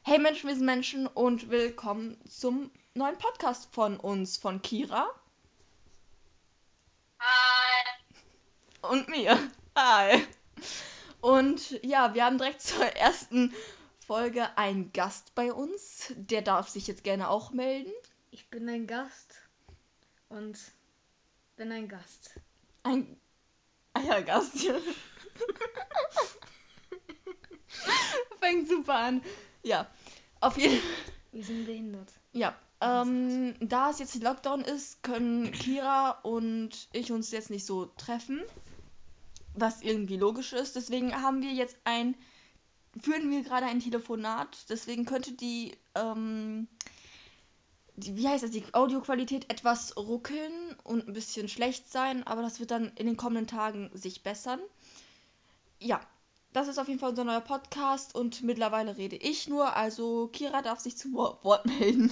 Hey Menschen, wir sind Menschen und willkommen zum neuen Podcast von uns, von Kira Hi. und mir. Hi. Und ja, wir haben direkt zur ersten Folge einen Gast bei uns. Der darf sich jetzt gerne auch melden. Ich bin ein Gast und bin ein Gast. Ein Eiergast. Fängt super an. Ja, auf jeden Fall. Wir sind behindert. Ja, da es jetzt Lockdown ist, können Kira und ich uns jetzt nicht so treffen, was irgendwie logisch ist. Deswegen führen wir gerade ein Telefonat. Deswegen könnte die Audioqualität etwas ruckeln und ein bisschen schlecht sein, aber das wird dann in den kommenden Tagen sich bessern. Ja, das ist auf jeden Fall unser neuer Podcast und mittlerweile rede ich nur, also Kira darf sich zu Wort melden.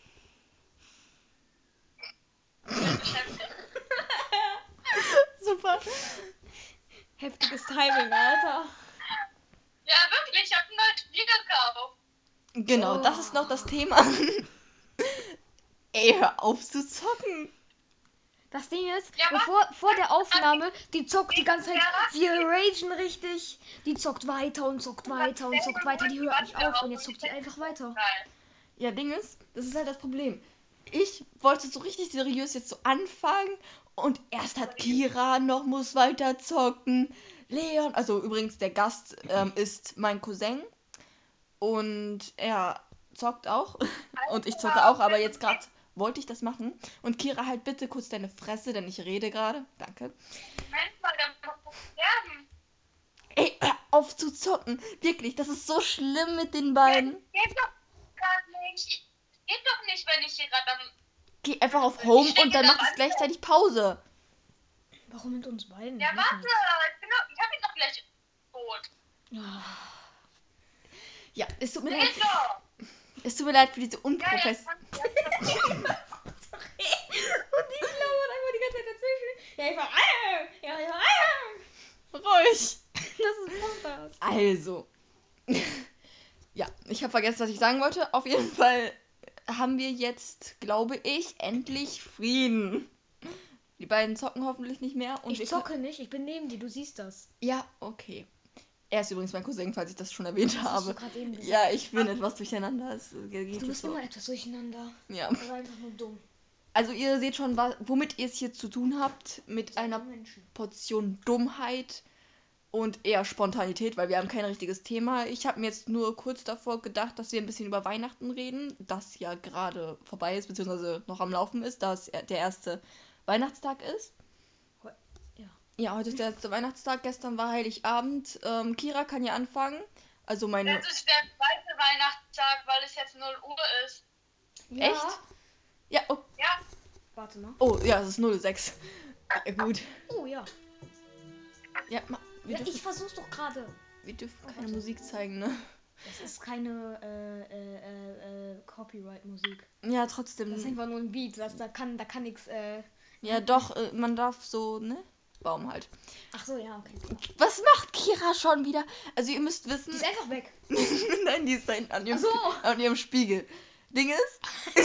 Ich bin beschäftigt. Super. Heftiges Timing, Alter. Ja, wirklich, ich habe ein neues Spiel gekauft. Genau, das ist noch das Thema. Ey, hör auf zu zocken. Das Ding ist, Ja, vor der Aufnahme, die zockt die ganze Zeit, Ja. wir ragen richtig. Die zockt weiter und zockt weiter und zockt weiter. Die hört nicht auf und jetzt zockt die einfach weiter. Geil. Ja, Ding ist, das ist halt das Problem. Ich wollte so richtig seriös jetzt so anfangen und erst hat Kira noch muss weiter zocken. Leon, also übrigens der Gast ist mein Cousin und er zockt auch und ich zocke auch, aber jetzt gerade wollte ich das machen und Kira halt bitte kurz deine Fresse, denn ich rede gerade. Danke. Moment mal, da muss ich sterben. Ey, hör auf zu zocken. Wirklich, das ist so schlimm mit den beiden. Geht doch gar nicht. Geht doch nicht, wenn ich hier gerade am... Geh einfach auf Home Ich steck und dann jetzt macht auf es gleichzeitig Pause. Warum mit uns beiden? Ja, Ich mach warte. nichts. Ich hab ihn doch gleich tot. Ja, es tut mir leid. Geht doch. Es tut mir leid für diese Ja, Unprofessionalität. Und die lauert einfach die ganze Zeit dazwischen. Ja, ich war Ruhig. Das ist Podcast. Also. Ja, ich habe vergessen, was ich sagen wollte. Auf jeden Fall haben wir jetzt, glaube ich, endlich Frieden. Die beiden zocken hoffentlich nicht mehr. Und Ich zocke nicht, ich bin neben dir, du siehst das. Ja, okay. Er ist übrigens mein Cousin, falls ich das schon erwähnt Das habe. hast du gerade eben gesagt. Ja, ich bin etwas durcheinander. Du bist immer etwas durcheinander. Ja. Oder einfach nur dumm. Also ihr seht schon, womit ihr es hier zu tun habt. Mit einer Menschen. Portion Dummheit und eher Spontanität, weil wir haben kein richtiges Thema. Ich habe mir jetzt nur kurz davor gedacht, dass wir ein bisschen über Weihnachten reden, das ja gerade vorbei ist, beziehungsweise noch am Laufen ist, da es der erste Weihnachtstag ist. Ja. Ja, heute ist der erste Weihnachtstag, gestern war Heiligabend. Kira kann ja anfangen. Also meine... Das ist der zweite Weihnachtstag, weil es jetzt 0 Uhr ist. Ja. Echt? Ja, oh. Ja. Warte mal. Oh, ja, es ist 06. Ja, gut. Oh ja. Ja, Ja, ich versuch's doch gerade. wir dürfen keine warte. Musik zeigen, ne? Das ist keine Copyright-Musik. Ja, trotzdem. Das ist einfach nur ein Beat. Da kann nichts. Ja, doch, man darf so, ne? Baum halt. Ach so, ja, okay. Was macht Kira schon wieder? Also ihr müsst wissen... Die ist einfach weg. Nein, die ist da hinten an ihrem, Ach so. an ihrem Spiegel. Ding ist...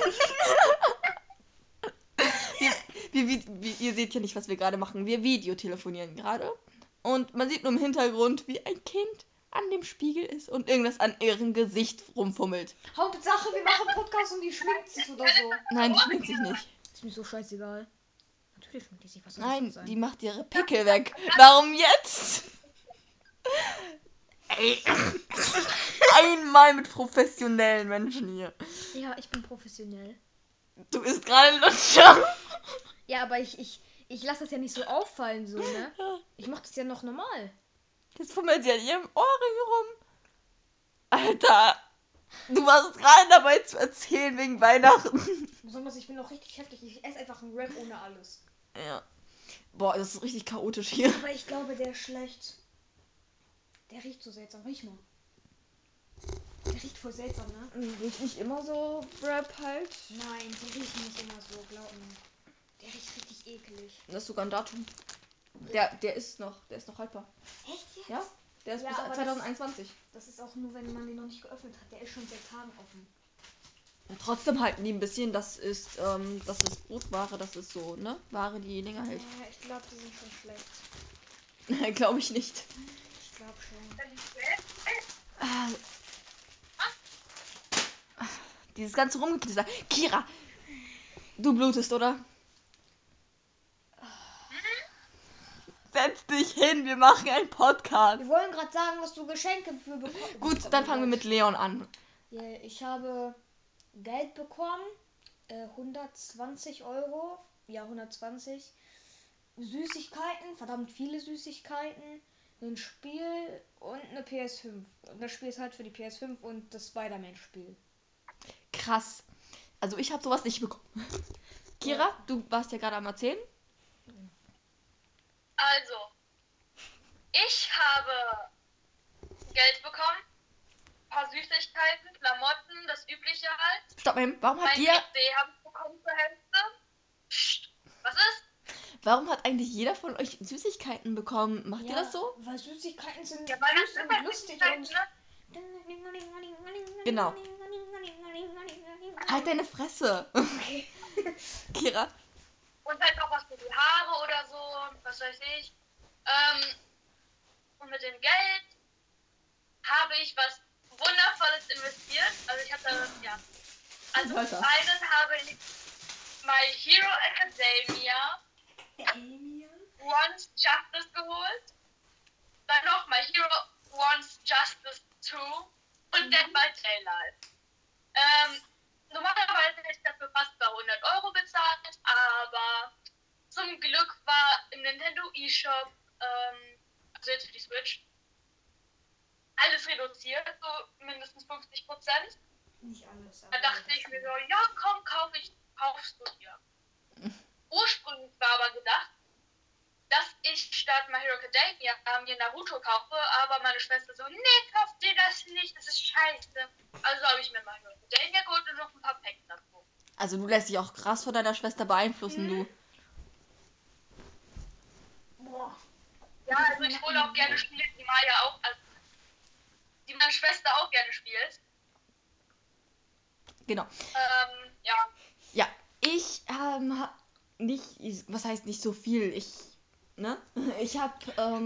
ihr seht ja nicht, was wir gerade machen. Wir videotelefonieren gerade. Und man sieht nur im Hintergrund, wie ein Kind an dem Spiegel ist und irgendwas an ihrem Gesicht rumfummelt. Hauptsache, wir machen Podcast und die schminkt sich oder so. Nein, die schminkt sich nicht. Ist mir so scheißegal. Natürlich schminkt die sich. Was soll das Nein, denn sein? die macht ihre Pickel weg. Warum jetzt? Ey. Einmal mit professionellen Menschen hier. Ja, ich bin professionell. Du bist gerade ein Lutscher. Ja, aber ich lasse das ja nicht so auffallen, so, ne? Ich mach das ja noch normal. Jetzt fummelt sie an ihrem Ohrring rum. Alter, du warst gerade dabei zu erzählen wegen Weihnachten. Besonders, ich bin auch richtig heftig. Ich esse einfach einen Rap ohne alles. Ja. Boah, das ist richtig chaotisch hier. Aber ich glaube, der ist schlecht. Der riecht so seltsam. Riech mal. Der riecht voll seltsam, ne? Riecht nicht immer so Rap halt. Nein, die riechen nicht immer so, glaub mir. Der riecht richtig eklig. Das ist sogar ein Datum. Der ist noch haltbar. Echt jetzt? Ja? Der ist Ja, bis aber 2021. Das ist auch nur, wenn man den noch nicht geöffnet hat. Der ist schon seit Tagen offen. Und trotzdem halten die ein bisschen, das ist Brotware, das ist so, ne? Ware, die länger hält. Ich glaube, die sind schon schlecht. Glaube ich nicht. Ich glaube schon. Ah. Dieses ganze Rumgeknister. Kira! Du blutest, oder? Setz dich hin, wir machen einen Podcast. Wir wollen gerade sagen, was du Geschenke für bekommen. Gut, dann fangen wir mit Leon an. Ja, ich habe Geld bekommen. 120 Euro. Ja, 120. Süßigkeiten, verdammt viele Süßigkeiten. Ein Spiel und eine PS5. Und das Spiel ist halt für die PS5 und das Spider-Man-Spiel. Krass. Also ich habe sowas nicht bekommen. Kira, du warst ja gerade am Erzählen. Also, ich habe Geld bekommen, ein paar Süßigkeiten, Klamotten, das Übliche halt. Stopp mal eben. Warum Mein PC habe ich bekommen zur Hälfte. Psst, was ist? Warum hat eigentlich jeder von euch Süßigkeiten bekommen? Macht ihr das so? Weil Süßigkeiten sind Ja, weil das süß ist und halt lustig Süßigkeiten, und... ne? Genau. Halt deine Fresse. Kira. Und halt noch was für die Haare oder so, was weiß ich. Und mit dem Geld habe ich was Wundervolles investiert. Also ich habe da, ja. Also zum Weiter. einen habe ich My Hero Academia Wants Justice geholt. Dann noch My Hero Wants Justice 2 und Dead by Daylight. Normalerweise hätte ich dafür fast bei 100 Euro bezahlt, aber zum Glück war im Nintendo eShop, also jetzt für die Switch, alles reduziert, so mindestens 50%. Nicht alles. Da dachte ich mir so, ja komm, kaufst du dir. Ursprünglich war aber gedacht, dass ich statt My Hero Academia mir Naruto kaufe, aber meine Schwester so, nee, kauf dir das nicht, das ist scheiße. Also habe ich mir My Hero Academia geholt und noch ein paar Packs dazu. Also du lässt dich auch krass von deiner Schwester beeinflussen, du. Boah. Ja, also ich hole auch gerne Spiele, die Maya auch, also die meine Schwester auch gerne spielt. Genau. Ja. Ja, ich nicht, was heißt nicht so viel? Ich habe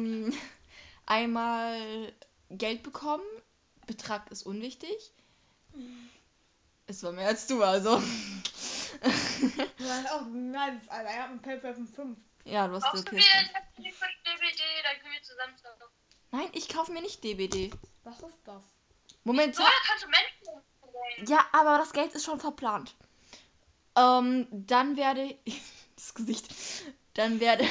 einmal Geld bekommen. Betrag ist unwichtig. Es war mehr als du, also. Ja, auch nice, Alter. Er hat ein Paper von 5. Ja, du hast Brauchst du okay. wieder ein Heftig für DVD, dann können wir zusammen zocken. Nein, ich kaufe mir nicht DBD. Was ist das? Momentan. Oder kannst du Menschen umbringen? Ja, aber das Geld ist schon verplant. Dann werde ich. Das Gesicht. Dann werde.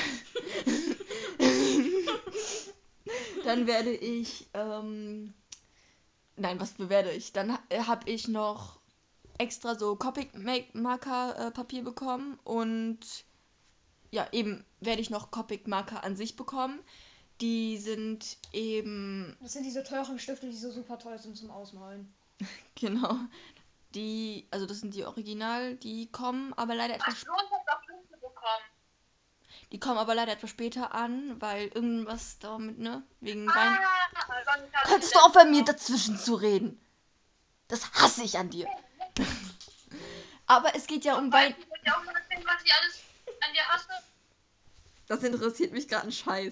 Dann werde ich. Nein, was bewerte ich? Dann habe ich noch extra so Copic-Marker Papier bekommen und ja, eben werde ich noch Copic-Marker an sich bekommen. Die sind eben, Das sind diese teuren Stifte, die so super toll sind zum Ausmalen. genau, also das sind die Original, die kommen aber leider Ach etwas, so, ich hab doch Schlüssel bekommen. die kommen aber leider etwas später an, weil irgendwas damit, ne, wegen Wein. Sonst hab ich Kannst den du aufhören, mir letzten dazwischen zu reden? Das hasse ich an dir. Aber es geht ja um Wein. Ich wollte dir auch mal erzählen, was ich alles an dir hasse. Das interessiert mich gerade ein Scheiß.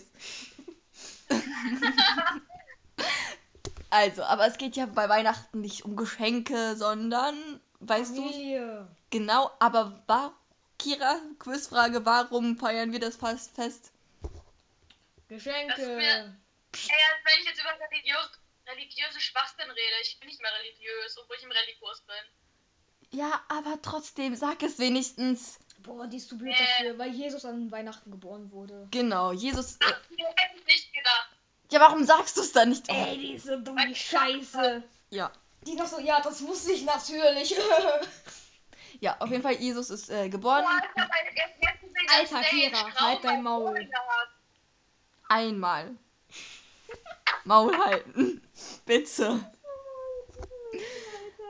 Also, aber es geht ja bei Weihnachten nicht um Geschenke, sondern, weißt du, Familie. genau, aber Kira, Quizfrage, warum feiern wir das Fest? Geschenke. Das ist mir, als wenn ich jetzt über religiöse Schwachsinn rede. Ich bin nicht mehr religiös, obwohl ich im Religios bin. Ja, aber trotzdem, sag es wenigstens. Boah, die ist zu blöd dafür, weil Jesus an Weihnachten geboren wurde. Genau, Jesus. Ach, hätte ich nicht gedacht. Ja, warum sagst du es dann nicht? Oh. Ey, die ist so dumm, die Scheiße. Ja. Die noch so, ja, das wusste ich natürlich. Ja, auf jeden Fall, Jesus ist geboren. Boah, Alter, Alter, Kira, halt dein Maul. Einmal. Maul halten. Bitte.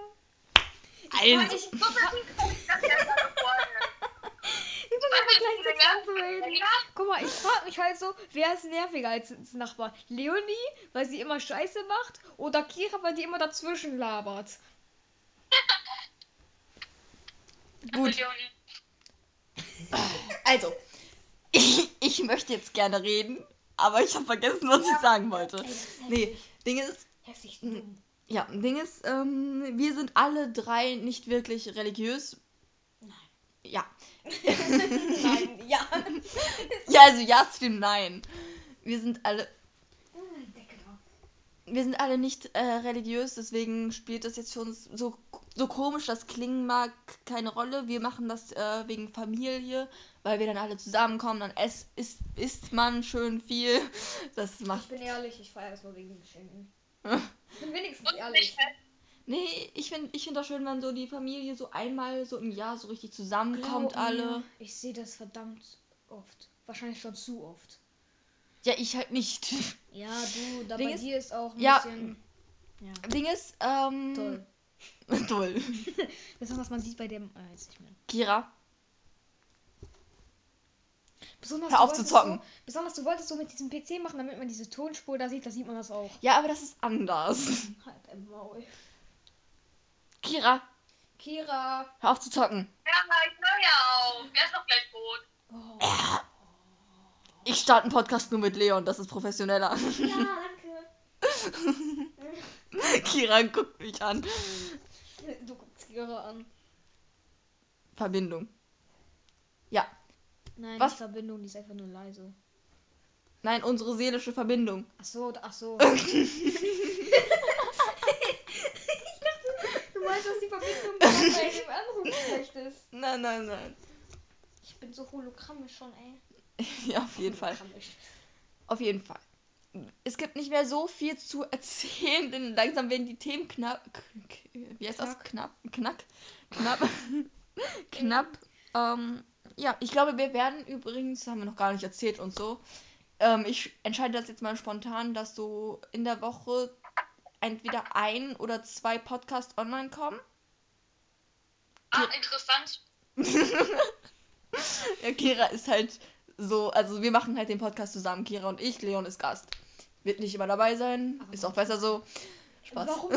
Ich Also. So viel, dass er da geboren ist. Ich muss aber gleich anzureden. Guck mal, ich frage mich halt so, wer ist nerviger als Nachbar? Leonie, weil sie immer Scheiße macht, oder Kira, weil die immer dazwischen labert? Gut, Leonie. also, ich möchte jetzt gerne reden, aber ich habe vergessen, was ich sagen wollte. Ey, das ist Nee, heftig. Ding ist, Heftig dumm. ja, Ding ist, wir sind alle drei nicht wirklich religiös. Nein. Ja. Nein, ja. Ja, also ja zu dem Nein. Wir sind alle Deckel drauf. wir sind alle nicht religiös, deswegen spielt das jetzt für uns so komisch das klingen mag keine Rolle. Wir machen das wegen Familie, weil wir dann alle zusammenkommen, dann isst man schön viel. Das Ich macht. bin ehrlich, ich feiere das nur wegen den Geschenken. Äh, Ich bin wenigstens Und ehrlich. nicht fest. Nee, ich find das schön, wenn so die Familie so einmal so im Jahr so richtig zusammenkommt, Glaub alle. mir, ich sehe das verdammt oft. Wahrscheinlich schon zu oft. Ja, ich halt nicht. Ja, du, da Ding bei ist- dir ist auch ein ja. bisschen. Ja, Ding ist, toll. toll. Besonders man sieht bei dem. Jetzt nicht mehr. Kira, Besonders hör du auf zu wolltest zocken. besonders du wolltest so mit diesem PC machen, damit man diese Tonspur da sieht man das auch. Ja, aber das ist anders. Halt dein Maul. Kira, Kira. hör auf zu zocken. Ja, ich höre ja auf. Er ist doch gleich tot. Oh. Ich starte einen Podcast nur mit Leon, das ist professioneller. Ja, danke. Kira guckt mich an. Du guckst Kira an. Verbindung. Ja, Nein, Was? nicht Verbindung, die ist einfach nur leise. nein, unsere seelische Verbindung. Ach so. Du meinst, dass die Verbindung gerade bei dem Anruf schlecht ist? Nein. Ich bin so hologrammisch schon, ey. Ja, auf jeden Fall. Hologrammisch. Auf jeden Fall. Es gibt nicht mehr so viel zu erzählen, denn langsam werden die Themen knapp. Wie heißt das? Knapp. Knapp. Ja, ich glaube, wir werden übrigens, haben wir noch gar nicht erzählt und so. Ich entscheide das jetzt mal spontan, dass so in der Woche entweder 1 oder 2 Podcasts online kommen. Interessant. Ja, Kira ist halt so, also wir machen halt den Podcast zusammen, Kira und ich, Leon ist Gast. Wird nicht immer dabei sein, Aber ist auch besser so. Spaß. Warum?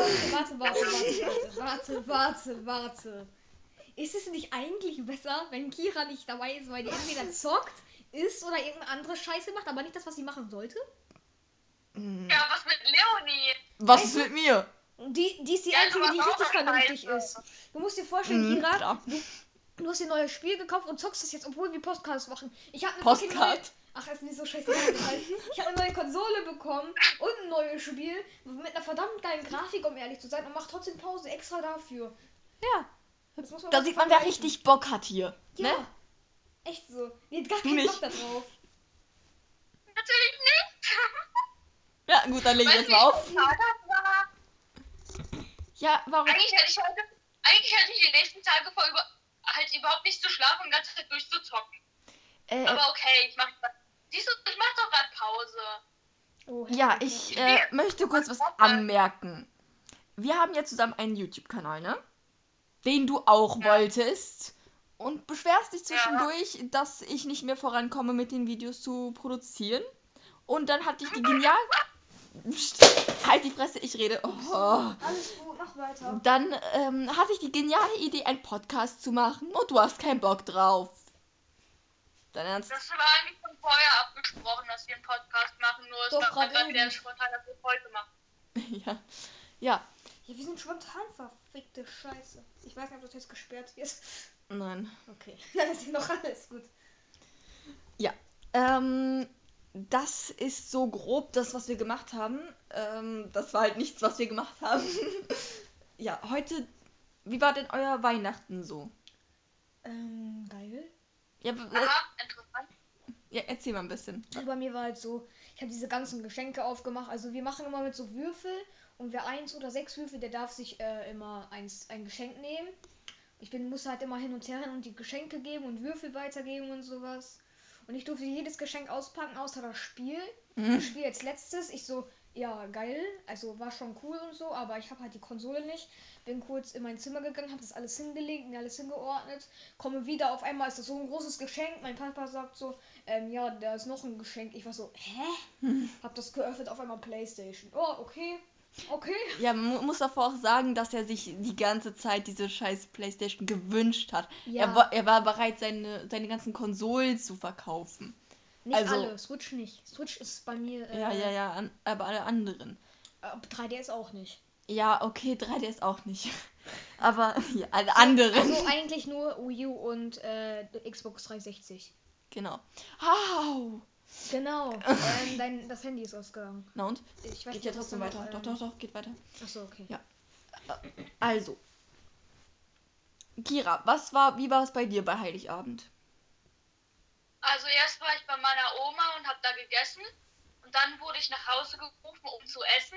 Warte. Ist es nicht eigentlich besser, wenn Kira nicht dabei ist, weil die entweder zockt, isst oder irgendeine andere Scheiße macht, aber nicht das, was sie machen sollte? Ja, was mit Leonie? Was ist mit mir? Die ist die Ja, einzige, du die machst auch richtig noch vernünftig Scheiße. ist. Du musst dir vorstellen, Kira, Klar. du hast dir ein neues Spiel gekauft und zockst es jetzt, obwohl wir Podcasts machen. Ich habe eine Postcard. fucking neue... Ach, ist nicht so scheißegal. Das heißt, ich habe eine neue Konsole bekommen und ein neues Spiel mit einer verdammt geilen Grafik, um ehrlich zu sein, und mach trotzdem Pause extra dafür. Ja. Das muss man Da mal sieht so man, wer vergleichen. richtig Bock hat hier. Ja, Ne? echt so. Die hat gar Du keinen nicht. Bock da drauf. Natürlich nicht. Ja, gut, dann lege ich Weißt jetzt du, mal wie auf. spontan das war? Ja, warum? Eigentlich hätte ich die nächsten Tage halt überhaupt nicht zu schlafen und die ganze Zeit durchzuzocken. Aber okay, ich mach doch gerade Pause. Oh, ja, heftig, ich möchte kurz was anmerken. Wir haben ja zusammen einen YouTube-Kanal, ne? Den du auch wolltest. Und beschwerst dich zwischendurch, dass ich nicht mehr vorankomme, mit den Videos zu produzieren. Und dann hatte ich die genial... Halt die Fresse, ich rede. Oh. Alles gut, mach weiter. Dann hatte ich die geniale Idee, einen Podcast zu machen und du hast keinen Bock drauf. Dein Ernst? Das war eigentlich von vorher abgesprochen, dass wir einen Podcast machen, nur es Doch, war grad gerade eben. wieder spontan, dass wir es heute machen. Ja. Ja. Ja, wir sind spontan verfickte Scheiße. Ich weiß nicht, ob das jetzt gesperrt wird. Nein. Okay, dann ist hier noch alles gut. Ja. Das ist so grob das, was wir gemacht haben. Das war halt nichts, was wir gemacht haben. Ja, heute. Wie war denn euer Weihnachten so? Geil. Ja, Aha, interessant. ja, erzähl mal ein bisschen. Also bei mir war halt so, ich habe diese ganzen Geschenke aufgemacht. Also wir machen immer mit so Würfel und wer 1 oder 6 Würfel, der darf sich immer ein Geschenk nehmen. Muss halt immer hin und her rennen und die Geschenke geben und Würfel weitergeben und sowas. Und ich durfte jedes Geschenk auspacken, außer das Spiel. Das Spiel als letztes. Ich so, Ja, geil. Also war schon cool und so, aber ich habe halt die Konsole nicht. Bin kurz in mein Zimmer gegangen, habe das alles hingelegt, mir alles hingeordnet. Komme wieder, auf einmal ist das so ein großes Geschenk. Mein Papa sagt so, ja, da ist noch ein Geschenk. Ich war so, hä? Hab das geöffnet, auf einmal PlayStation. Oh, okay. Okay. Ja, man muss davor auch sagen, dass er sich die ganze Zeit diese scheiß Playstation gewünscht hat. Ja, Er war bereit, seine ganzen Konsolen zu verkaufen. nicht also- alle. Switch nicht. Switch ist bei mir, Ja, aber alle anderen. 3DS auch nicht. Ja, okay, 3DS auch nicht. Aber ja, alle anderen. Also eigentlich nur Wii U und Xbox 360. Genau. Au! Genau. Das Handy ist ausgegangen. Na und? Ich weiß Geht nicht, ja ob das trotzdem dann weiter. noch, Doch, geht weiter. Achso, okay. Ja. Also. Kira, wie war es bei dir bei Heiligabend? Also erst war ich bei meiner Oma und habe da gegessen. Und dann wurde ich nach Hause gerufen, um zu essen.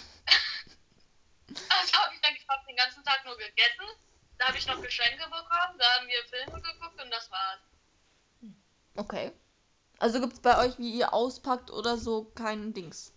Also habe ich dann fast den ganzen Tag nur gegessen. Da habe ich noch Geschenke bekommen, da haben wir Filme geguckt und das war's. Okay. Also gibt's bei euch, wie ihr auspackt oder so, kein Dings?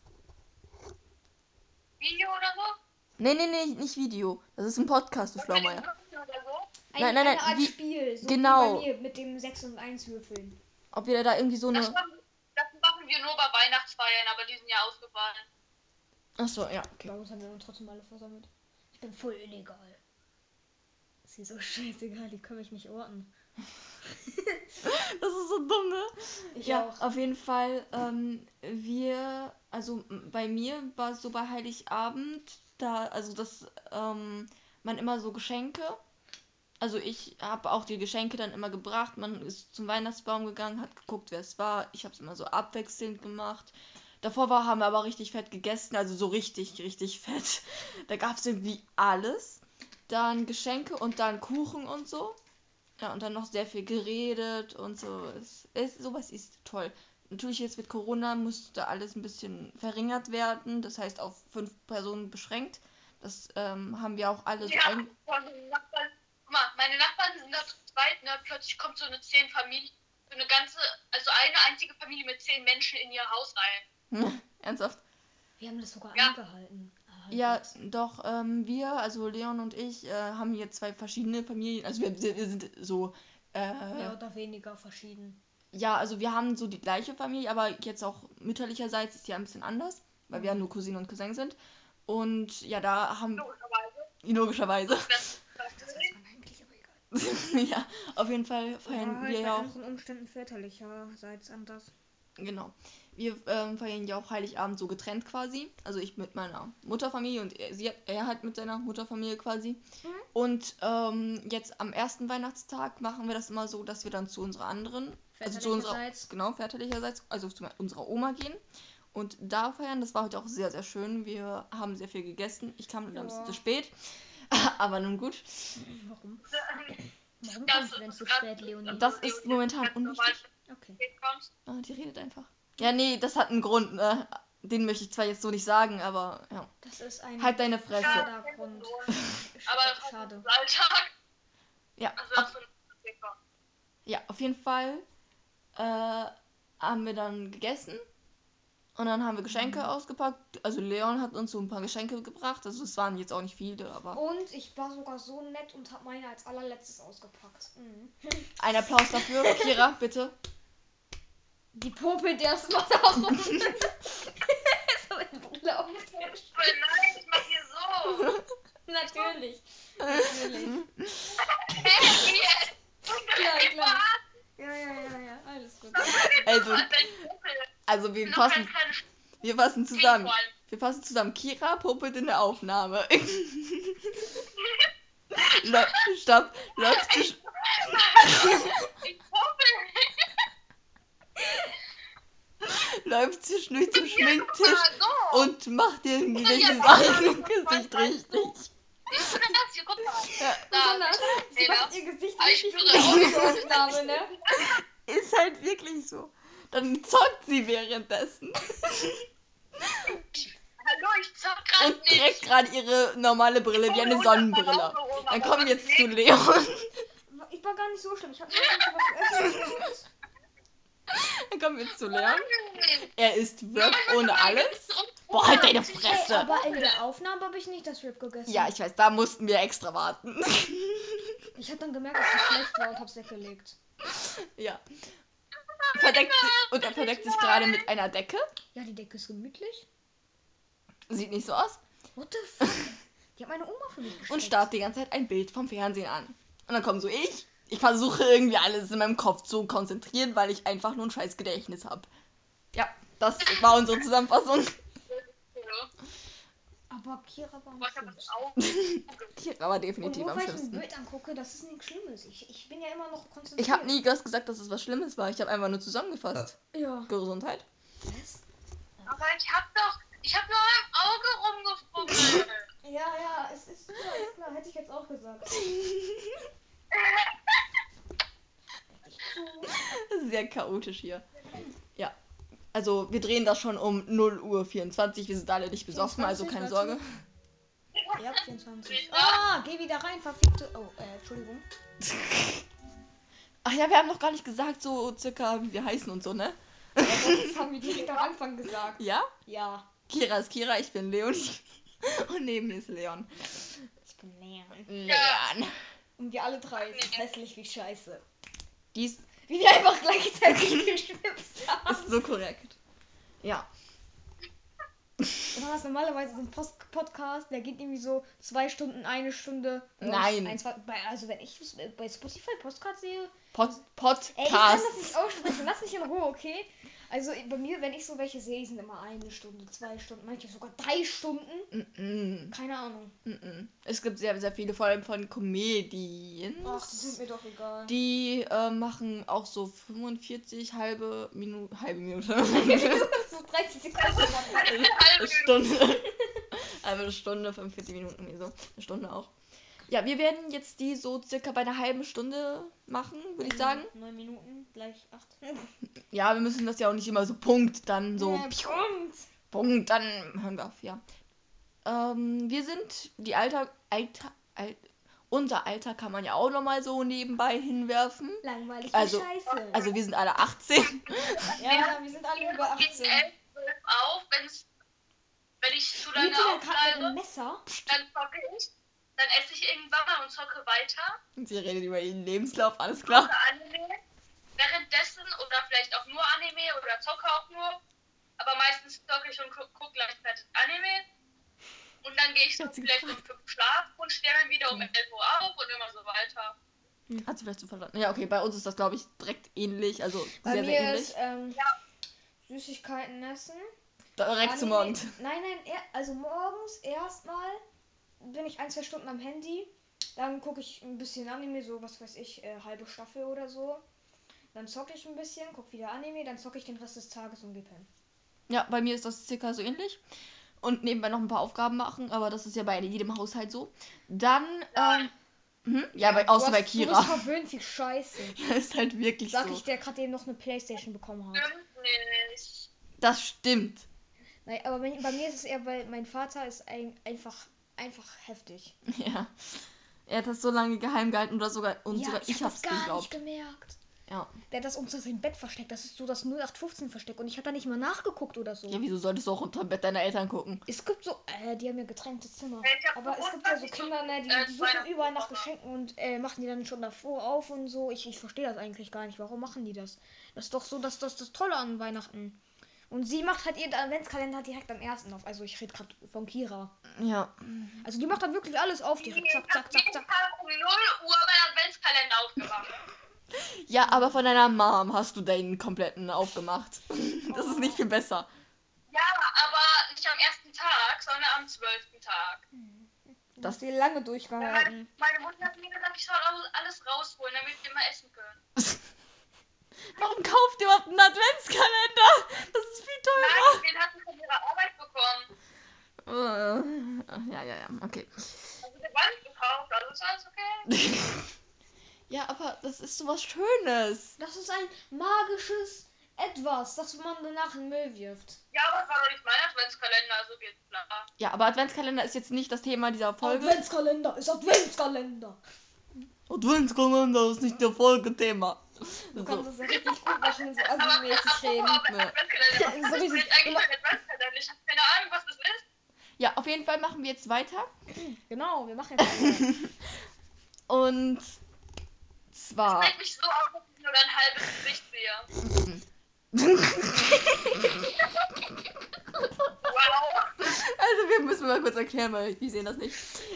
Video oder so? Nee, nicht Video. Das ist ein Podcast, du Und mit den Schlaumeier. Würfeln oder so? Nein, Eine Art wie, Spiel, so genau. wie bei mir mit dem 6 und 1 Würfeln. Ob wir da irgendwie so Das eine... machen wir nur bei Weihnachtsfeiern, aber die sind ja ausgefallen. Achso, ja, okay. Bei uns haben wir dann trotzdem alle versammelt. Ich bin voll illegal. Ist mir so scheißegal, die können mich nicht orten. Das ist so dumm, ne? Ich Ja, auch. auf jeden Fall, bei mir war es so bei Heiligabend, man immer so Geschenke, also ich habe auch die Geschenke dann immer gebracht, man ist zum Weihnachtsbaum gegangen, hat geguckt, wer es war, ich habe es immer so abwechselnd gemacht. Haben wir aber richtig fett gegessen, also so richtig, richtig fett. Da gab es irgendwie alles. Dann Geschenke und dann Kuchen und so. Ja, und dann noch sehr viel geredet und so. Sowas ist toll. Natürlich jetzt mit Corona musste alles ein bisschen verringert werden. Das heißt auf 5 Personen beschränkt. Das haben wir auch alle so Ja, meine Nachbarn, guck mal, meine Nachbarn sind da zu zweit, ne? Plötzlich kommt so eine 10 Familie, also eine einzige Familie mit 10 Menschen in ihr Haus rein. Ernsthaft? Wir haben das sogar Ja. eingehalten. Ja, Halbwegs. doch, also Leon und ich, haben hier 2 verschiedene Familien. Also wir sind so, Mehr oder weniger verschieden. ja, also wir haben so die gleiche Familie, aber jetzt auch mütterlicherseits ist ja ein bisschen anders, weil wir ja nur Cousine und Cousin sind. Und ja, da haben... Logischerweise. Das weiß man eigentlich, aber egal. Ja, auf jeden Fall feiern wir bei ja auch... anderen Umständen väterlicherseits anders. Genau. Wir feiern ja auch Heiligabend so getrennt quasi. Also ich mit meiner Mutterfamilie und er halt mit seiner Mutterfamilie quasi. Und jetzt am ersten Weihnachtstag machen wir das immer so, dass wir dann zu unserer anderen, also zu unserer, Väterlicherseits. genau, väterlicherseits, also zu unserer Oma gehen. Und da feiern, das war heute auch sehr, sehr schön. Wir haben sehr viel gegessen. Ich kam dann ein bisschen zu spät. Aber nun gut. Warum? Warum kommst du denn zu spät, Leonie? Das ist momentan unwichtig. Okay. Ah, die redet einfach. Ja, nee, das hat einen Grund, ne? Den möchte ich zwar jetzt so nicht sagen, aber ja. Das ist ein Halt deine Fresse. schader Grund. Aber das Schade. ist Alltag. Ja, Also das ist ja, auf jeden Fall haben wir dann gegessen und dann haben wir Geschenke ausgepackt. Also Leon hat uns so ein paar Geschenke gebracht. Also es waren jetzt auch nicht viele, aber... Und ich war sogar so nett und habe meine als allerletztes ausgepackt. Ein Applaus dafür. Kira, bitte. Die popelt erstmal darum. So ein Bruder auf dem Tisch. Nein, ich mach hier so. Natürlich. Hey, jetzt. Klar. Ja, alles gut. Also wir fassen zusammen. Wir fassen zusammen. Kira popelt in der Aufnahme. Stopp. Läuft sie... Ich popel. läuft zwischendurch zum Schminktisch So. und macht irgendwelche Sachen im Gesicht richtig. Siehst du das hier? Guck mal. Besonders, sie macht ihr Gesicht Ich richtig schwöre, gut in der Aufnahme, ne? Ist halt wirklich so. Dann zockt sie währenddessen Hallo, ich zock gerade und nicht. trägt gerade ihre normale Brille wie eine Sonnenbrille. Dann kommen wir jetzt zu Leon. Ich war gar nicht so schlimm. Ich habe nur was zu essen geholt. Dann kommen wir jetzt zu Leon. Nein. Er isst Wrap ohne Nein, alles. das ist so Boah, halt deine unpraktisch. Fresse. Ey, aber in der Aufnahme habe ich nicht das Rip gegessen. Ja, ich weiß, da mussten wir extra warten. Ich habe dann gemerkt, dass es schlecht war und hab's weggelegt. Ja. Und er verdeckt sich gerade mit einer Decke. Ja, die Decke ist gemütlich. Sieht nicht so aus. What the fuck? Die hat meine Oma für mich gestellt. Und starrt die ganze Zeit ein Bild vom Fernsehen an. Und dann kommt so ich. Ich versuche irgendwie alles in meinem Kopf zu konzentrieren, weil ich einfach nur ein scheiß Gedächtnis habe. Ja, das war unsere Zusammenfassung. Aber Kira war am Boah, ich hab das schlimmsten. Auge. Kira war Und definitiv nur am weil ich ein schlimmsten. Bild angucke, das ist nichts Schlimmes. Ich bin ja immer noch konzentriert. Ich habe nie gesagt, dass es was Schlimmes war. Ich habe einfach nur zusammengefasst. Ja. Gesundheit. Was? Aber ich hab nur am Auge rumgefummelt. Ja, es ist klar, hätte ich jetzt auch gesagt. Richtig zu. Sehr chaotisch hier. Ja. Also, wir drehen das schon um 0:24 Uhr. Wir sind alle nicht besoffen, also 24, keine warte. Sorge. Ja, 24. Ah, geh wieder rein, verfickte. Oh, Entschuldigung. Ach ja, wir haben noch gar nicht gesagt, so circa, wie wir heißen und so, ne? Ja, das haben wir direkt am Anfang gesagt. Ja? Ja. Kira ist Kira, ich bin Leonie. Und neben mir ist Leon. Ich bin Leon. Leon. Und wir alle drei sind hässlich wie Scheiße. Dies Wie wir einfach gleichzeitig geschnipst haben. ist so korrekt. Ja. Und dann hast du normalerweise so einen Podcast, der geht irgendwie so 2 Stunden, 1 Stunde. Nein. Also wenn ich bei Spotify Podcast sehe. Podcast. Ey, ich kann das nicht aussprechen. Lass mich in Ruhe, okay? Also bei mir, wenn ich so welche sehe, sind immer 1 Stunde, 2 Stunden, manche sogar 3 Stunden. Keine Ahnung. Es gibt sehr, sehr viele, vor allem von Comedians. Ach, die sind mir doch egal. Die machen auch so 45 halbe Minute. so 30 Sekunden. Eine Stunde. Eine Stunde, 45 Minuten, irgendwie so. Eine Stunde auch. Ja, wir werden jetzt die so circa bei einer halben Stunde machen, würde ich sagen. 9 Minuten, gleich 8. Ja, wir müssen das ja auch nicht immer so Punkt, dann so. Punkt, dann hören wir auf, ja. Wir sind die unser Alter kann man ja auch nochmal so nebenbei hinwerfen. Langweilig Also- wie Scheiße. Also wir sind alle 18. Ja, wir sind alle über 18. 11, 12 auf, wenn ich zu lange Spielt sie dann gerade mit einem aufbleibe, Messer? dann zocke ich. Dann esse ich irgendwann mal und zocke weiter. Und sie redet über ihren Lebenslauf, alles klar. Zocke Anime. Währenddessen oder vielleicht auch nur Anime oder zocke auch nur. Aber meistens zocke ich und gucke gleichzeitig Anime. Und dann gehe ich so Hat sie vielleicht um 5 schlafen und stehe dann wieder um 11 Uhr auf und immer so weiter. Hat sie vielleicht so verstanden. Ja, okay, bei uns ist das, glaube ich, direkt ähnlich. Also Bei sehr, mir sehr ähnlich. ist Süßigkeiten essen. Direkt zum Morgen. Nein, also morgens erstmal bin ich 1, 2 Stunden am Handy. Dann gucke ich ein bisschen Anime, so was weiß ich, halbe Staffel oder so. Dann zocke ich ein bisschen, gucke wieder Anime, dann zocke ich den Rest des Tages und gehe pennen. Ja, bei mir ist das circa so ähnlich. Und nebenbei noch ein paar Aufgaben machen, aber das ist ja bei jedem Haushalt so. Dann, ja, außer bei Kira. Du bist verwöhnt wie Scheiße. Ja, ist halt wirklich Sag so. ich, der gerade eben noch eine Playstation bekommen hat. Stimmt nicht. Das stimmt. Nein, aber bei mir ist es eher, weil mein Vater ist einfach heftig. Ja. Er hat das so lange geheim gehalten oder sogar ich hab's hab's gar geglaubt. nicht gemerkt. Ja. Der hat das unter seinem Bett versteckt. Das ist so das 0815 Versteck. Und ich habe da nicht mal nachgeguckt oder so. Ja, wieso solltest du auch unter dem Bett deiner Eltern gucken? Es gibt so, die haben ja getrennte Zimmer. Ich hab Aber es gibt ja so Kinder, ne, die suchen überall nach Geschenken und machen die dann schon davor auf und so. Ich verstehe das eigentlich gar nicht. Warum machen die das? Das ist doch so das Tolle an Weihnachten. Und sie macht halt ihren Adventskalender direkt am 1. auf. Also ich rede gerade von Kira. Ja. Also die macht dann wirklich alles auf direkt. Zack, zack, zack, Jeden zack. Tag um 0 Uhr meinen Adventskalender aufgemacht. Ja, aber von deiner Mom hast du deinen kompletten aufgemacht. Das ist nicht viel besser. Ja, aber nicht am ersten Tag, sondern am 12. Tag. Das hast du lange durchgehalten. Meine Mutter hat mir gesagt, ich soll alles rausholen, damit wir mal essen können. Warum kauft ihr überhaupt einen Adventskalender? Das ist viel teurer. Nein, den hat sie von ihrer Arbeit bekommen. Ja, okay. Also der war nicht gekauft, also ist alles okay. Ja, aber das ist sowas Schönes. Das ist ein magisches Etwas, das man danach in den Müll wirft. Ja, aber es war doch nicht mein Adventskalender, also geht's klar. Ja, aber Adventskalender ist jetzt nicht das Thema dieser Folge. Adventskalender ist Adventskalender. Adventskalender ist nicht der Folgethema. Du So. kannst das ja richtig gut machen, so Aber assi-mäßig reden. Ja. So Was ist richtig- jetzt eigentlich für ein Adventskalender? Ich habe keine Ahnung, was das ist. Ja, auf jeden Fall machen wir jetzt weiter. Genau, wir machen jetzt weiter. Und zwar. Ich reg mich so auf, dass ich nur dein halbes Gesicht sehe. Wow. Also wir müssen mal kurz erklären, weil die sehen das nicht.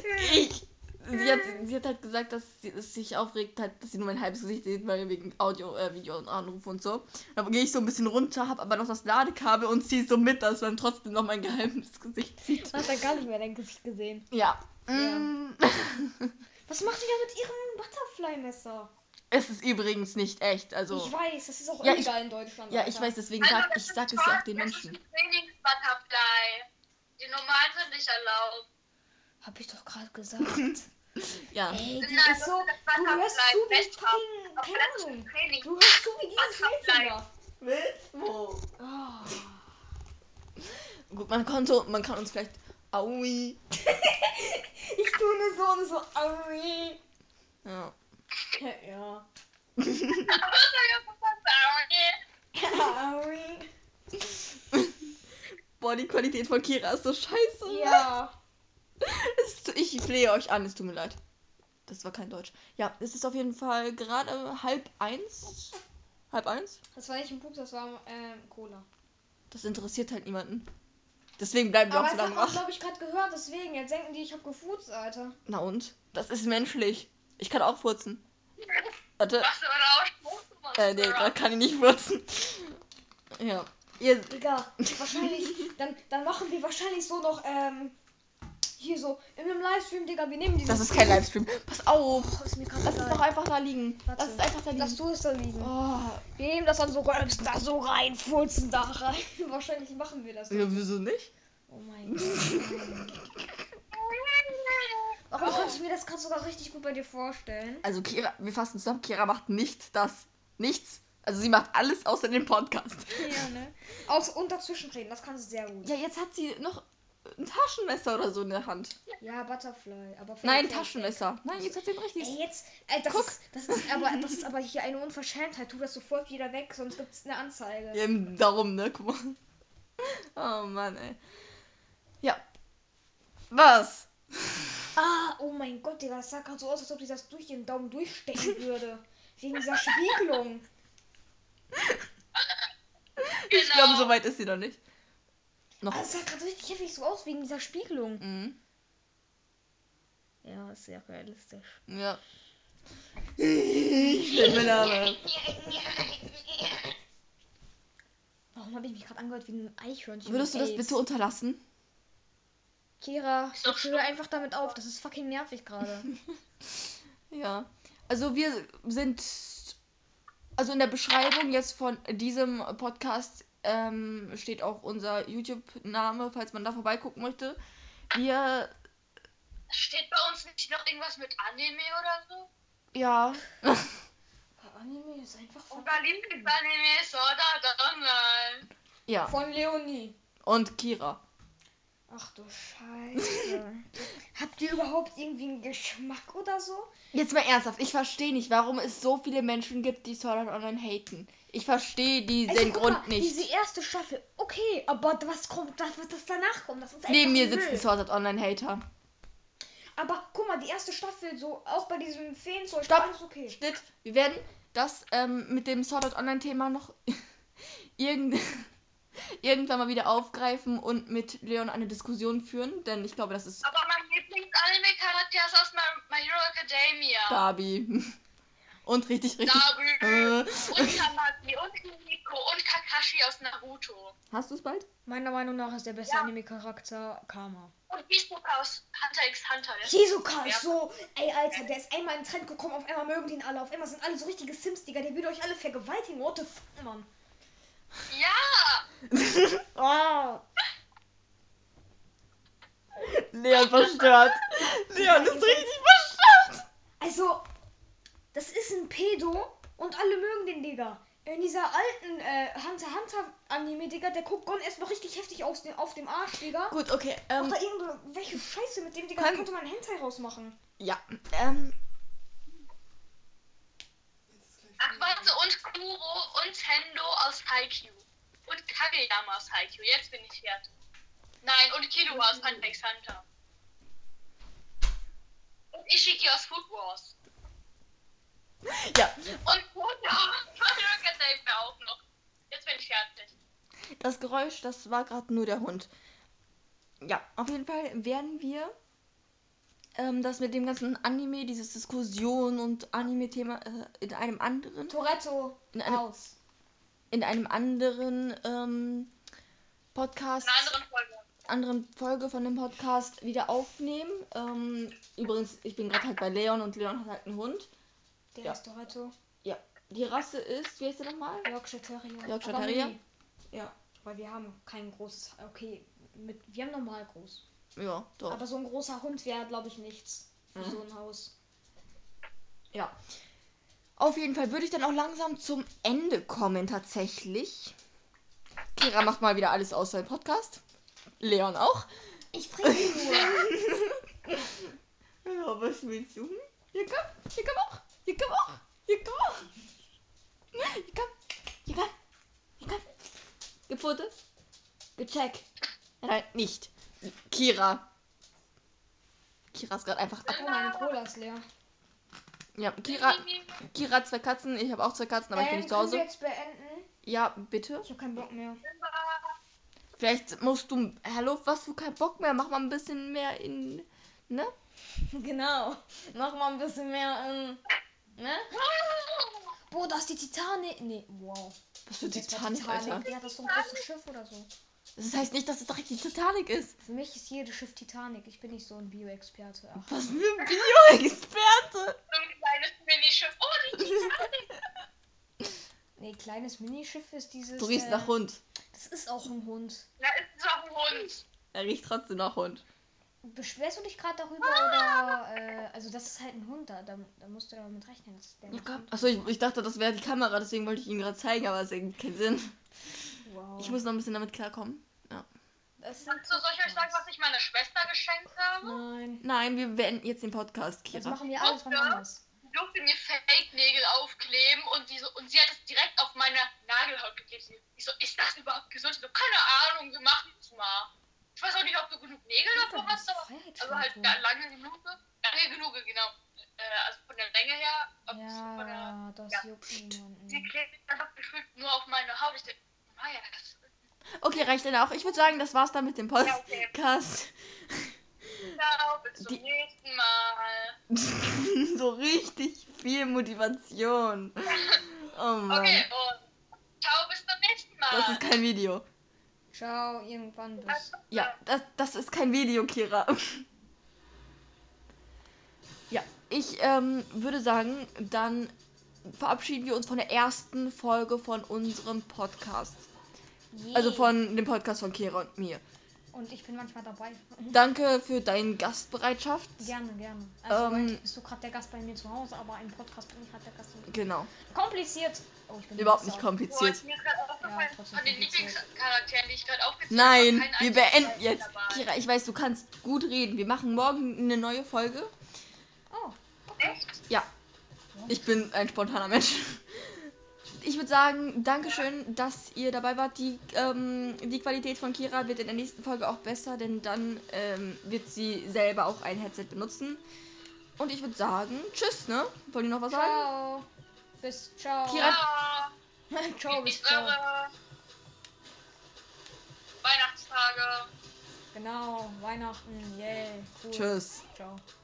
Sie hat halt gesagt, dass sie es sich aufregt hat, dass sie nur mein halbes Gesicht sieht, weil wegen Audio, Video und Anruf und so. Dann gehe ich so ein bisschen runter, habe aber noch das Ladekabel und ziehe so mit, dass man trotzdem noch mein geheimes Gesicht sieht. Du hast ja gar nicht mehr dein Gesicht gesehen. Ja. Ja. Was macht die da mit ihrem Butterfly-Messer? Es ist übrigens nicht echt, also. Ich weiß, das ist auch Ja, illegal in Deutschland. Ja, Alter. ich weiß, deswegen Also, sag das ich ist es ja auch den Das Menschen. ist ein Trainingsbutterfly. Die normalen sind nicht erlaubt. Hab ich doch gerade gesagt. Ja. Ey, die Nein, ist so. das ist das Du hörst Butterfly zu wie Best fucking. auf Keine das Ahnung. Training. Du hörst zu wie dieses Mädchen da. Wo? Oh. Gut, man kann uns vielleicht. Aui. Ich tue nur so und so. Aui. Ja. Ja. Ja. Aui. Boah, die Qualität von Kira ist so scheiße. Ja. Ich flehe euch an, es tut mir leid. Das war kein Deutsch. Ja, es ist auf jeden Fall gerade 12:30. 12:30? Das war nicht ein Pups, das war Cola. Das interessiert halt niemanden. Deswegen bleiben wir Aber auch so es lange hat man, wach. glaube ich, gerade gehört, deswegen. Jetzt denken die, ich hab gefurzt, Alter. Na und? Das ist menschlich. Ich kann auch furzen. Warte. Was du da auch Nee, gerade kann ich nicht furzen. Ja. Ihr. Digga, wahrscheinlich, dann machen wir wahrscheinlich so noch, hier so, in einem Livestream, Digga, wir nehmen dieses... Das ist kein Livestream. Pass auf. Oh, ist mir gerade Lass es doch einfach da liegen. Warte. Lass es einfach da liegen. Lass du es da liegen. Oh. Wir nehmen das dann so rülpsen, da so rein, furzen da rein. Wahrscheinlich machen wir das dann. Ja, wieso nicht? Oh mein Gott. Nein. Warum kannst du mir das gerade sogar richtig gut bei dir vorstellen? Also Kira, wir fassen zusammen, Kira macht nicht das. Nichts. Also sie macht alles außer den Podcast. Ja, ne? Und dazwischen reden, das kannst du sehr gut. Ja, jetzt hat sie noch ein Taschenmesser oder so in der Hand. Ja, Butterfly, aber Nein, fake. Taschenmesser. Nein, jetzt hat sie ein richtiges. Ey, jetzt, das ist aber hier eine Unverschämtheit. Tu das sofort wieder weg, sonst gibt's eine Anzeige. Ja, darum, ne? Guck mal. Oh Mann, ey. Ja. Was? Ah, oh mein Gott, Digga, das sah gerade so aus, als ob die das durch den Daumen durchstechen würde. Wegen dieser Spiegelung. Ich glaube, Genau. so weit ist sie noch nicht. Noch. Ah, das sah gerade richtig heftig so aus, wegen dieser Spiegelung. Mhm. Ja, ist sehr realistisch. Ja. Ich bin mein Name. Warum habe ich mich gerade angehört wie ein Eichhörnchen? Würdest du mit das AIDS? bitte unterlassen? Kira, Ist doch bitte hör einfach damit auf. Das ist fucking nervig gerade. Ja. Also wir sind. Also in der Beschreibung jetzt von diesem Podcast steht auch unser YouTube-Name, falls man da vorbeigucken möchte. Wir. Steht bei uns nicht noch irgendwas mit Anime oder so? Ja. Anime ist einfach Unser Lieblingsanime ist Sword Art Online. Ja. Von Leonie. Und Kira. Ach du Scheiße. Habt ihr überhaupt irgendwie einen Geschmack oder so? Jetzt mal ernsthaft, ich verstehe nicht, warum es so viele Menschen gibt, die Sword Art Online haten. Ich verstehe diesen guck Grund mal, nicht. Diese erste Staffel, okay, aber was kommt, was danach kommt, das ist Neben mir einfach sitzt ein Müll. Sword Art Online Hater. Aber guck mal, die erste Staffel, so auch bei diesem Feenzeug, Stopp. alles okay. Schnitt. Wir werden das mit dem Sword Art Online Thema noch irgendwann mal wieder aufgreifen und mit Leon eine Diskussion führen, denn ich glaube, das ist Aber mein Lieblingsanime-Charakter ist aus My Hero Academia. Darby. Und richtig. Darby und Tamaki und Himiko und Kakashi aus Naruto. Hast du es bald? Meiner Meinung nach ist der beste Ja. Anime-Charakter Karma. Und Hisoka aus Hunter x Hunter. Der Hisoka ist ist so, ey Alter, der ist einmal in den Trend gekommen, auf einmal mögen den alle, auf einmal sind alle so richtige Sims, Digga, der würde euch alle vergewaltigen, what the fuck, Mann. Ja! Oh. Leon verstört. Leon ist richtig verstört. Also, das ist ein Pedo und alle mögen den, Digga. In dieser alten Hunter x Hunter Anime, Digga, der guckt Gon erst mal richtig heftig auf dem Arsch, Digga. Gut, okay. Macht da irgendwelche Scheiße mit dem, Digga, da könnte man einen Hentai rausmachen. Ja. Kuro und Tendo aus Haikyuu. Und Kageyama aus Haikyuu. Jetzt bin ich fertig. Nein, und Killua aus Hunter x Hunter. Und Ishiki aus Food Wars. Ja, Und Buddha. Academia auch noch. Jetzt bin ich fertig. das Geräusch, das war gerade nur der Hund. Ja, auf jeden Fall werden wir das mit dem ganzen Anime, dieses Diskussion und Anime-Thema in einem anderen Toretto In einem- aus. in einem anderen Podcast, In einer anderen Folge. Folge von dem Podcast wieder aufnehmen. Übrigens, ich bin gerade halt bei Leon und Leon hat halt einen Hund. Der Ja. heißt Toretto. Die Rasse ist, wie heißt der nochmal? Yorkshire Terrier. Yorkshire Aber Terrier? mini. Ja. Weil wir haben kein großes. Okay, wir haben normal groß. Ja, doch. Aber so ein großer Hund wäre, glaube ich, nichts für Mhm. so ein Haus. Ja. Auf jeden Fall würde ich dann auch langsam zum Ende kommen, tatsächlich. Kira macht mal wieder alles außer dem Podcast. Leon auch. Ich bringe nur. Ja, was willst du? Hier komm auch. Hier komm auch. Hier komm auch. Hier komm. Gefotet. Gecheckt. Nein, nicht. Kira. Kira ist gerade einfach ab. Oh, meine Cola ist leer. Ja, Kira hat 2 Katzen. Ich habe auch 2 Katzen, aber ich bin nicht zu Können wir Hause. jetzt beenden? Ja, bitte. Ich habe keinen Bock mehr. Vielleicht musst du. Hallo, was du keinen Bock mehr? Mach mal ein bisschen mehr in. Ne? Genau. Mach mal ein bisschen mehr, ne? Boah, da ist die Titanic. Nee, wow. Was für Das war Titanic, Alter. Die hat das so ein großes Schiff oder so. Das heißt nicht, dass es direkt die Titanic ist. Für mich ist jedes Schiff Titanic. Ich bin nicht so ein Bio-Experte. Ach. Was für ein Bio-Experte. So ein kleines Minischiff. Oh, die Titanic. Nee, kleines Minischiff ist dieses. Du riechst nach Hund. Das ist auch ein Hund. Na, ist es auch ein Hund. Er riecht trotzdem nach Hund. Beschwerst du dich gerade darüber oder. Also, das ist halt ein Hund da. Da musst du damit rechnen. Dass der Ja, nach komm. Hund Achso, riecht. ich dachte, das wäre die Kamera, deswegen wollte ich ihn gerade zeigen, aber es ergibt keinen Sinn. Wow. Ich muss noch ein bisschen damit klarkommen. Ja. Das ist So, soll ich euch sagen, was ich meiner Schwester geschenkt habe? Nein. Nein, wir beenden jetzt den Podcast, Das Kira. machen wir alles wann Ja. anders. Sie durfte mir Fake-Nägel aufkleben und sie hat es direkt auf meine Nagelhaut geklebt. Ich so, ist das überhaupt gesund? Ich so, keine Ahnung, wir machen es mal. Ich weiß auch nicht, ob du genug Nägel davor hast, aber also halt lange genug, genau. Also von der Länge her. Von der, Ja, das ja. juckt niemanden. Sie klebt einfach gefühlt nur auf meine Haut. Ich denke, naja, das Okay, reicht dann auch. Ich würde sagen, das war's dann mit dem ja, okay. Podcast. Ciao, bis zum nächsten Mal. So richtig viel Motivation. Oh Mann. Okay, und ciao, bis zum nächsten Mal. Das ist kein Video. Ciao, irgendwann bis. Ja, das ist kein Video, Kira. Ja, ich würde sagen, dann verabschieden wir uns von der ersten Folge von unserem Podcast. Also von dem Podcast von Kira und mir. Und ich bin manchmal dabei. Danke für deine Gastbereitschaft. Gerne. Also eigentlich bist du gerade der Gast bei mir zu Hause, aber im Podcast bin ich halt der Gast. Genau. Kompliziert. Oh, ich bin Überhaupt nicht sauer. kompliziert. Mir ist gerade aufgefallen, trotzdem von den kompliziert. Lieblingscharakteren, die ich gerade aufgezählt Nein, habe, kein wir einziges beenden ist jetzt. dabei. Kira, ich weiß, du kannst gut reden. Wir machen morgen eine neue Folge. Oh, Echt? Ja, ich bin ein spontaner Mensch. Ich würde sagen, Dankeschön, dass ihr dabei wart. Die Qualität von Kira wird in der nächsten Folge auch besser, denn dann wird sie selber auch ein Headset benutzen. Und ich würde sagen, tschüss, ne? Wollt ihr noch was sagen? ciao. Ciao. Kira, Ciao, bis Genießt ciao. eure Weihnachtstage. Genau, Weihnachten, yay, cool. tschüss. Ciao.